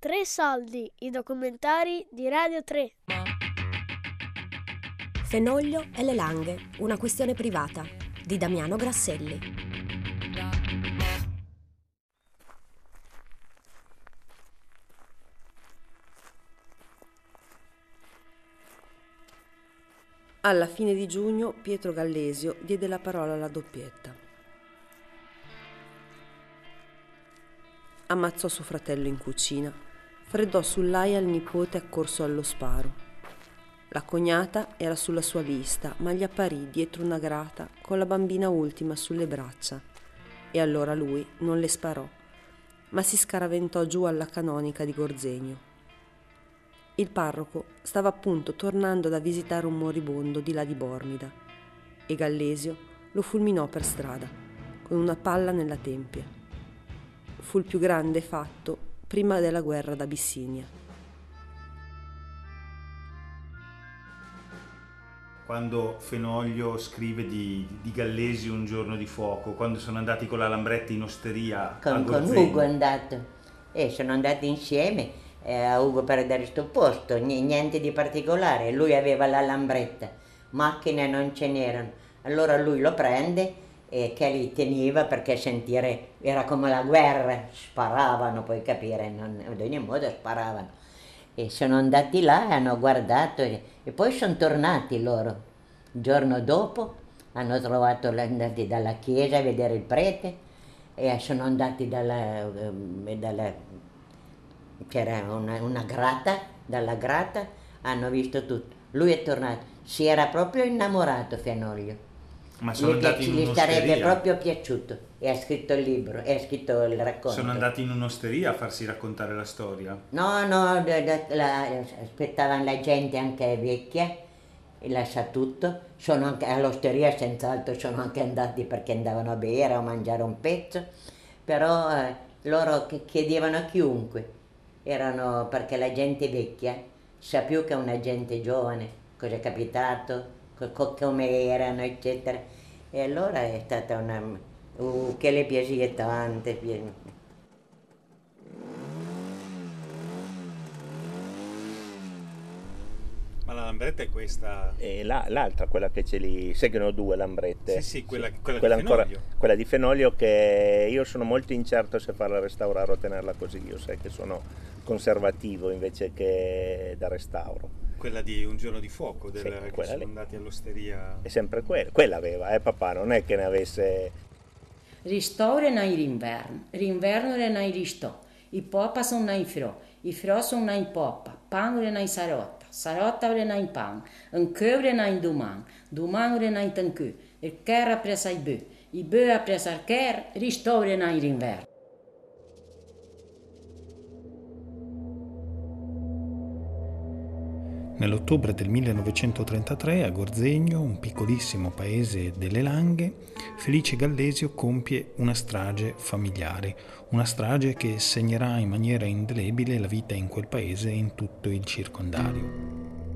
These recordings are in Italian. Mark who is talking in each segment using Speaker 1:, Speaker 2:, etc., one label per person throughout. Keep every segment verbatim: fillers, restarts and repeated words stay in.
Speaker 1: Tre soldi, i documentari di Radio tre.
Speaker 2: Fenoglio e le Langhe, una questione privata, di Damiano Grasselli.
Speaker 3: Alla fine di giugno Pietro Gallesio diede la parola alla doppietta. Ammazzò suo fratello in cucina, freddò sull'aia il nipote accorso allo sparo. La cognata era sulla sua vista, ma gli apparì dietro una grata con la bambina ultima sulle braccia. E allora lui non le sparò, ma si scaraventò giù alla canonica di Gorzegno. Il parroco stava appunto tornando da visitare un moribondo di là di Bormida e Gallesio lo fulminò per strada, con una palla nella tempia. Fu il più grande fatto prima della guerra d'Abissinia.
Speaker 4: Quando Fenoglio scrive di, di Gallesio Un giorno di fuoco, quando sono andati con la Lambretta in osteria
Speaker 5: con,
Speaker 4: a
Speaker 5: con
Speaker 4: Gorzegno.
Speaker 5: Ugo è andato e sono andati insieme eh, a Ugo per dare sto posto, niente di particolare. Lui aveva la Lambretta, macchine non ce n'erano, allora lui lo prende e che li teneva perché sentire era come la guerra, sparavano, puoi capire, non, ad ogni modo sparavano. E sono andati là e hanno guardato e, e poi sono tornati loro. Il giorno dopo hanno trovato, andati dalla chiesa a vedere il prete e sono andati dalla, dalla c'era una, una grata, dalla grata hanno visto tutto. Lui è tornato, si era proprio innamorato Fenoglio.
Speaker 4: Ma sono
Speaker 5: gli,
Speaker 4: andati in
Speaker 5: gli
Speaker 4: un'osteria.
Speaker 5: sarebbe proprio piaciuto e ha scritto il libro, e ha scritto il racconto.
Speaker 4: Sono andati in un'osteria a farsi raccontare la storia?
Speaker 5: No, no, la, la, aspettavano la gente anche vecchia, e la sa tutto. Sono anche all'osteria, senz'altro sono anche andati perché andavano a bere o a mangiare un pezzo, però eh, loro chiedevano a chiunque, erano perché la gente vecchia sa più che una gente giovane, cosa è capitato, come erano, eccetera. E allora è stata una... Uh, che le piace tante.
Speaker 4: Ma la Lambretta è questa?
Speaker 6: E la, l'altra, quella che ce li seguono due Lambrette.
Speaker 4: Sì, sì, quella, quella,
Speaker 6: quella
Speaker 4: di
Speaker 6: ancora,
Speaker 4: Fenoglio.
Speaker 6: quella di Fenoglio, che io sono molto incerto se farla restaurare o tenerla così. Io sai che sono conservativo invece che da restauro.
Speaker 4: Quella di Un giorno di fuoco, del,
Speaker 6: sì,
Speaker 4: che sono
Speaker 6: lì.
Speaker 4: andati all'osteria.
Speaker 6: È sempre quella, quella aveva, eh papà, non è che ne avesse...
Speaker 7: Restauro non rinverno, rinverno non ristò, i popa sono non fro, i fro sono non popa, pan non sarotta, sarotta non pan, un cœur non duman, duman non tancu, il cher ha preso i bœuf, i bœuf ha preso il cher, restauro non rinverno.
Speaker 8: Nell'ottobre del millenovecentotrentatré a Gorzegno, un piccolissimo paese delle Langhe, Felice Gallesio compie una strage familiare, una strage che segnerà in maniera indelebile la vita in quel paese e in tutto il circondario.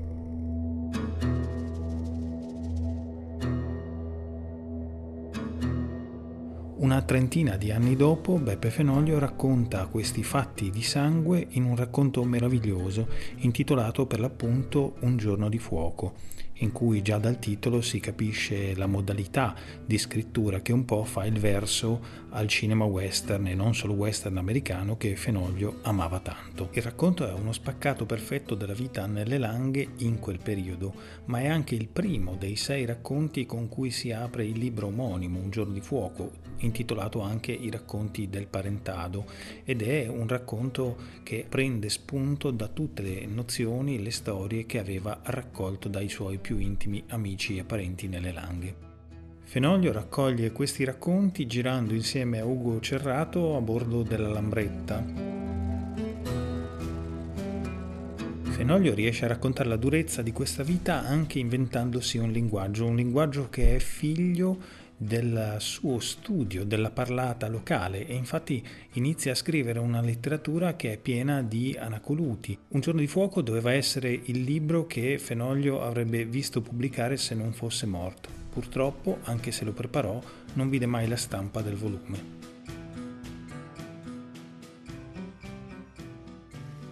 Speaker 8: Una trentina di anni dopo, Beppe Fenoglio racconta questi fatti di sangue in un racconto meraviglioso intitolato per l'appunto Un giorno di fuoco, in cui già dal titolo si capisce la modalità di scrittura che un po' fa il verso al cinema western e non solo western americano che Fenoglio amava tanto. Il racconto è uno spaccato perfetto della vita nelle Langhe in quel periodo, ma è anche il primo dei sei racconti con cui si apre il libro omonimo Un giorno di fuoco, intitolato anche I racconti del parentado, ed è un racconto che prende spunto da tutte le nozioni e le storie che aveva raccolto dai suoi più intimi amici e parenti nelle Langhe. Fenoglio raccoglie questi racconti girando insieme a Ugo Cerrato a bordo della Lambretta. Fenoglio riesce a raccontare la durezza di questa vita anche inventandosi un linguaggio, un linguaggio che è figlio del suo studio della parlata locale e infatti inizia a scrivere una letteratura che è piena di anacoluti. Un giorno di fuoco doveva essere il libro che Fenoglio avrebbe visto pubblicare se non fosse morto. Purtroppo, anche se lo preparò, non vide mai la stampa del volume.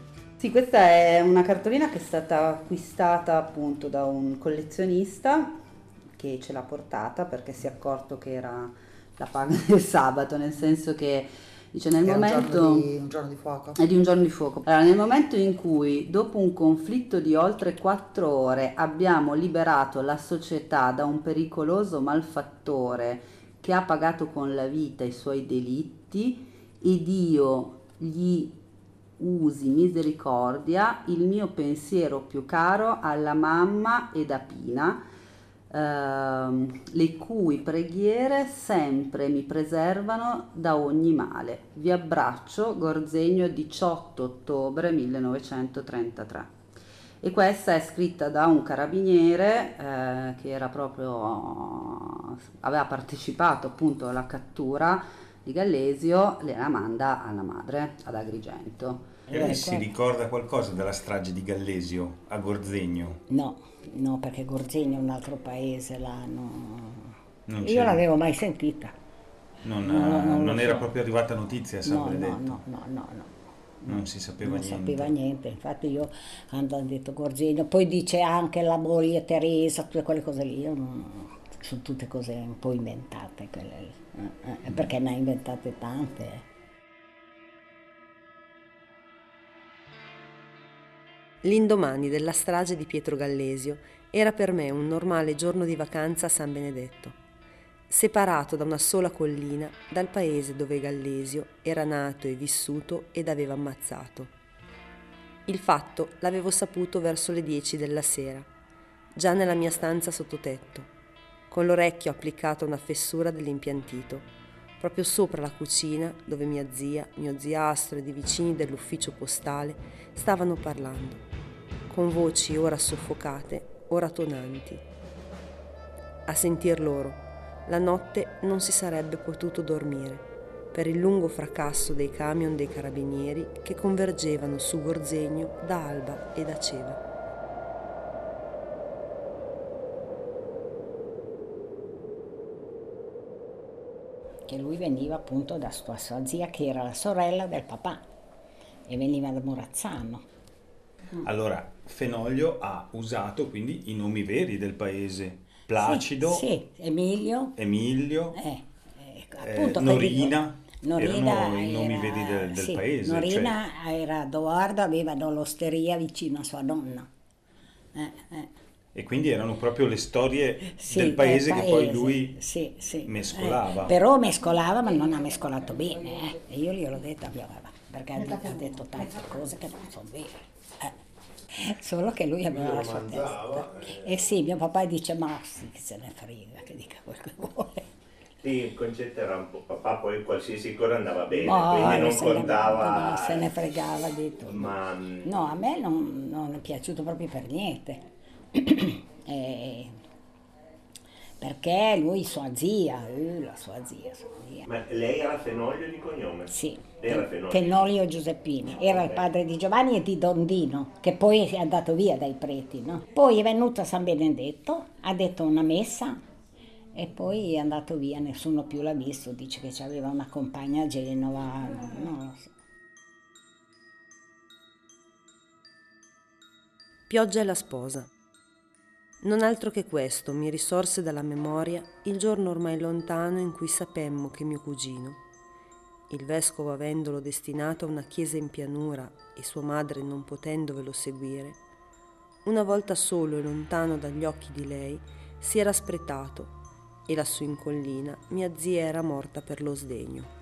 Speaker 9: Sì, questa è una cartolina che è stata acquistata appunto da un collezionista che ce l'ha portata perché si è accorto che era la paga del sabato, nel senso che dice nel
Speaker 10: È
Speaker 9: momento
Speaker 10: un giorno, di, un giorno di fuoco.
Speaker 9: è di un giorno di fuoco. Allora, nel momento in cui dopo un conflitto di oltre quattro ore abbiamo liberato la società da un pericoloso malfattore che ha pagato con la vita i suoi delitti e Dio gli usi misericordia, il mio pensiero più caro alla mamma ed a Pina, ehm, le cui preghiere sempre mi preservano da ogni male. Vi abbraccio, Gorzegno, diciotto ottobre millenovecentotrentatré. E questa è scritta da un carabiniere eh, che era proprio aveva partecipato appunto alla cattura di Gallesio, le la manda alla madre ad Agrigento.
Speaker 4: E lei si ricorda qualcosa della strage di Gallesio a Gorzegno?
Speaker 11: No, no, perché Gorzegno è un altro paese là, no.
Speaker 4: Non
Speaker 11: Io
Speaker 4: c'era.
Speaker 11: l'avevo mai sentita.
Speaker 4: Non,
Speaker 11: No, no, non
Speaker 4: non
Speaker 11: lo
Speaker 4: era
Speaker 11: so.
Speaker 4: proprio arrivata notizia a San
Speaker 11: No, no,
Speaker 4: Benedetto?
Speaker 11: no, no, no, no.
Speaker 4: Non si sapeva
Speaker 11: Non
Speaker 4: niente.
Speaker 11: sapeva niente, infatti io quando hanno detto Gorzegno, poi dice anche la moglie Teresa, tutte quelle cose lì, io non, sono tutte cose un po' inventate quelle lì, eh, eh, perché ne ha inventate tante. eh.
Speaker 3: L'indomani della strage di Pietro Gallesio era per me un normale giorno di vacanza a San Benedetto, separato da una sola collina dal paese dove Gallesio era nato e vissuto ed aveva ammazzato. Il fatto l'avevo saputo verso le dieci della sera, già nella mia stanza sottotetto, con l'orecchio applicato a una fessura dell'impiantito, proprio sopra la cucina dove mia zia, mio ziastro ed i vicini dell'ufficio postale stavano parlando, con voci ora soffocate, ora tonanti. A sentir loro, la notte non si sarebbe potuto dormire per il lungo fracasso dei camion dei carabinieri che convergevano su Gorzegno da Alba e da Ceva.
Speaker 11: Che lui veniva appunto da sua, sua zia che era la sorella del papà e veniva da Morazzano.
Speaker 4: Allora, Fenoglio ha usato quindi i nomi veri del paese. Placido,
Speaker 11: Sì, sì, Emilio,
Speaker 4: Emilio,
Speaker 11: eh, eh,
Speaker 4: eh,
Speaker 11: appunto,
Speaker 4: Norina,
Speaker 11: capito? Norina
Speaker 4: erano i nomi
Speaker 11: era-
Speaker 4: veri del, del
Speaker 11: sì,
Speaker 4: paese.
Speaker 11: Norina
Speaker 4: cioè-
Speaker 11: era Doardo, aveva l'osteria vicino a sua nonna. Eh, eh.
Speaker 4: e quindi erano proprio le storie
Speaker 11: Sì,
Speaker 4: del paese,
Speaker 11: del
Speaker 4: che poi
Speaker 11: paese,
Speaker 4: lui
Speaker 11: sì, sì.
Speaker 4: mescolava.
Speaker 11: Eh, però mescolava, ma non ha mescolato bene. Eh. E io gliel'ho detto, perché ha detto, ha detto tante cose che non sono vere. Eh. Solo che lui aveva la sua testa. E sì, mio papà dice, ma sì, che se ne frega, che dica quel che vuole.
Speaker 6: Sì, il concetto era un po' papà, poi qualsiasi cosa andava bene,
Speaker 11: No,
Speaker 6: quindi non
Speaker 11: se ne-
Speaker 6: contava.
Speaker 11: no, se ne fregava di tutto.
Speaker 6: Ma
Speaker 11: No, a me non, non è piaciuto proprio per niente. Eh, perché lui, sua zia, eh, la sua zia, sua zia.
Speaker 6: Ma lei era Fenoglio di cognome?
Speaker 11: Sì,
Speaker 6: Era Fenoglio.
Speaker 11: Fenoglio Giuseppini, era il padre di Giovanni e di Dondino, che poi è andato via dai preti, no? Poi è venuto a San Benedetto, ha detto una messa e poi è andato via, nessuno più l'ha visto, dice che aveva una compagna a Genova, non lo so.
Speaker 3: Pioggia e la sposa. Non altro che questo mi risorse dalla memoria il giorno ormai lontano in cui sapemmo che mio cugino, il vescovo avendolo destinato a una chiesa in pianura e sua madre non potendovelo seguire, una volta solo e lontano dagli occhi di lei, si era spretato e lassù in collina mia zia era morta per lo sdegno.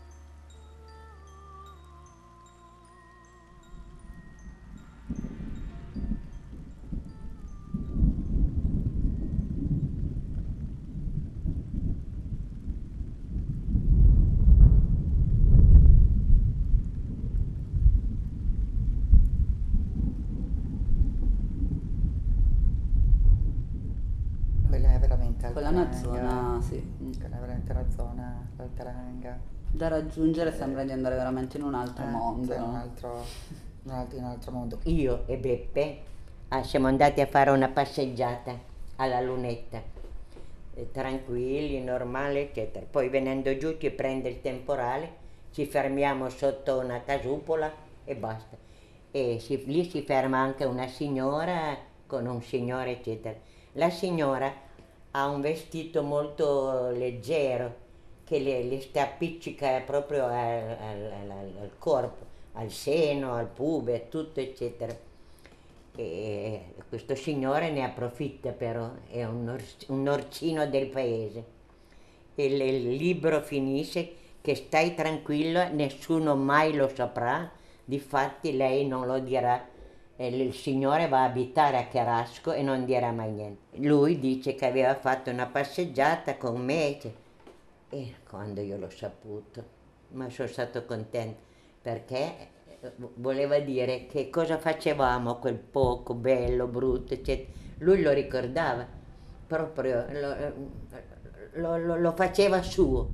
Speaker 10: Quella è veramente
Speaker 9: Quella è una
Speaker 10: Altalanga.
Speaker 9: zona, sì.
Speaker 10: Quella è veramente la zona Altalanga.
Speaker 9: Da raggiungere sembra di andare veramente in un altro
Speaker 10: Eh,
Speaker 9: mondo.
Speaker 10: sì,
Speaker 9: no?
Speaker 10: un altro, un altro, in un altro mondo.
Speaker 5: Io e Beppe ah, siamo andati a fare una passeggiata alla lunetta, eh, tranquilli, normali, eccetera. Poi venendo giù ci prende il temporale, ci fermiamo sotto una casupola e basta. e si, lì si ferma anche una signora con un signore, eccetera. La signora ha un vestito molto leggero che le, le sta appiccica proprio al, al, al, al corpo, al seno, al pube, tutto, eccetera. E questo signore ne approfitta però, è un, or, un orcino del paese. E il, il libro finisce che stai tranquillo, nessuno mai lo saprà, difatti lei non lo dirà, il signore va a abitare a Cherasco e non dirà mai niente. Lui dice che aveva fatto una passeggiata con me e quando io l'ho saputo, ma sono stato contento perché voleva dire che cosa facevamo quel poco, bello, brutto, eccetera. Lui lo ricordava, proprio lo, lo, lo, lo faceva suo.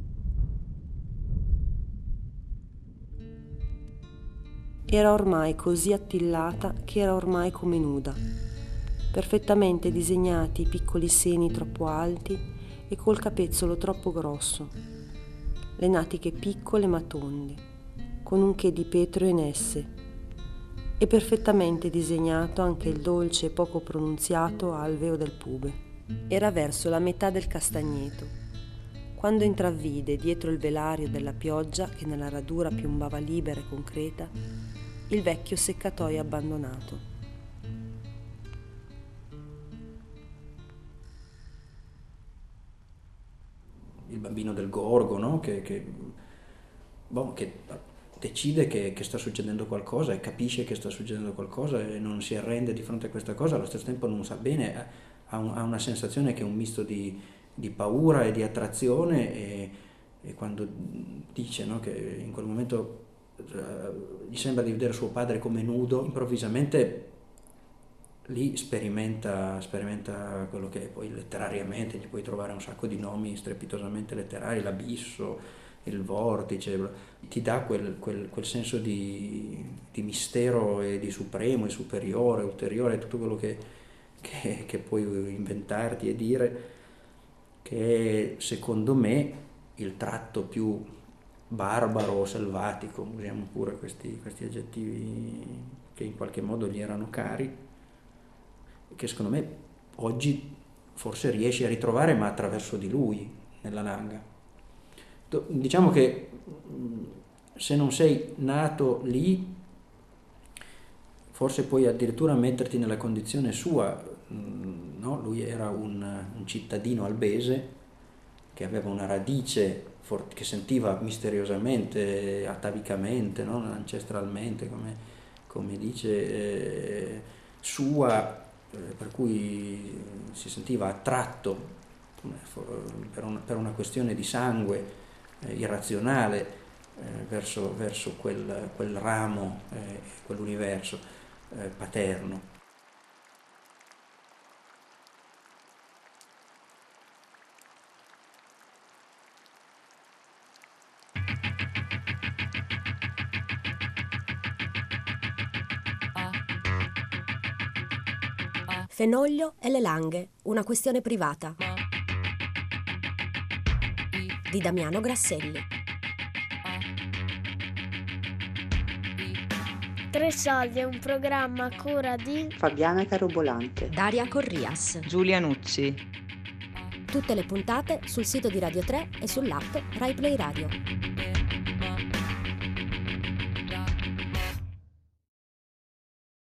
Speaker 3: Era ormai così attillata che era ormai come nuda, perfettamente disegnati i piccoli seni troppo alti e col capezzolo troppo grosso, le natiche piccole ma tonde, con un che di petro in esse, e perfettamente disegnato anche il dolce e poco pronunziato alveo del pube. Era verso la metà del castagneto, quando intravvide dietro il velario della pioggia che nella radura piombava libera e concreta il vecchio seccatoio abbandonato.
Speaker 12: Il bambino del gorgo, no? che, che, boh, che decide che, che sta succedendo qualcosa e capisce che sta succedendo qualcosa e non si arrende di fronte a questa cosa, allo stesso tempo non sa bene, ha, un, ha una sensazione che è un misto di, di paura e di attrazione e, e quando dice, no, che in quel momento gli sembra di vedere suo padre come nudo, improvvisamente lì sperimenta, sperimenta quello che poi letterariamente gli puoi trovare un sacco di nomi strepitosamente letterari, l'abisso, il vortice, ti dà quel, quel, quel senso di, di mistero e di supremo e superiore, ulteriore, tutto quello che, che, che puoi inventarti e dire, che è, secondo me, il tratto più barbaro o selvatico, usiamo pure questi, questi aggettivi che in qualche modo gli erano cari, che secondo me oggi forse riesci a ritrovare, ma attraverso di lui, nella Langa. Diciamo che se non sei nato lì, forse puoi addirittura metterti nella condizione sua, no? Lui era un, un cittadino albese che aveva una radice che sentiva misteriosamente, atavicamente, no? Ancestralmente, come, come dice, eh, sua, eh, per cui si sentiva attratto per una, per una questione di sangue eh, irrazionale eh, verso, verso quel, quel ramo, eh, quell'universo eh, paterno.
Speaker 2: Fenoglio e le Langhe, una questione privata di Damiano Grasselli.
Speaker 1: Tre Soldi è un programma a cura di
Speaker 10: Fabiana Carobolante,
Speaker 2: Daria Corrias,
Speaker 13: Giulia Nucci.
Speaker 2: Tutte le puntate sul sito di Radio tre e sull'app Rai Play Radio.